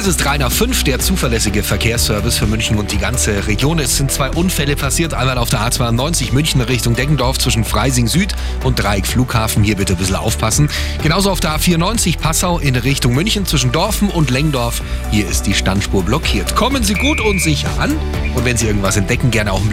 Es ist 5:03, der zuverlässige Verkehrsservice für München und die ganze Region. Es sind 2 Unfälle passiert, einmal auf der A92 München Richtung Deggendorf zwischen Freising Süd und Dreieck Flughafen. Hier bitte ein bisschen aufpassen. Genauso auf der A94 Passau in Richtung München zwischen Dorfen und Lengdorf. Hier ist die Standspur blockiert. Kommen Sie gut und sicher an und wenn Sie irgendwas entdecken, gerne auch ein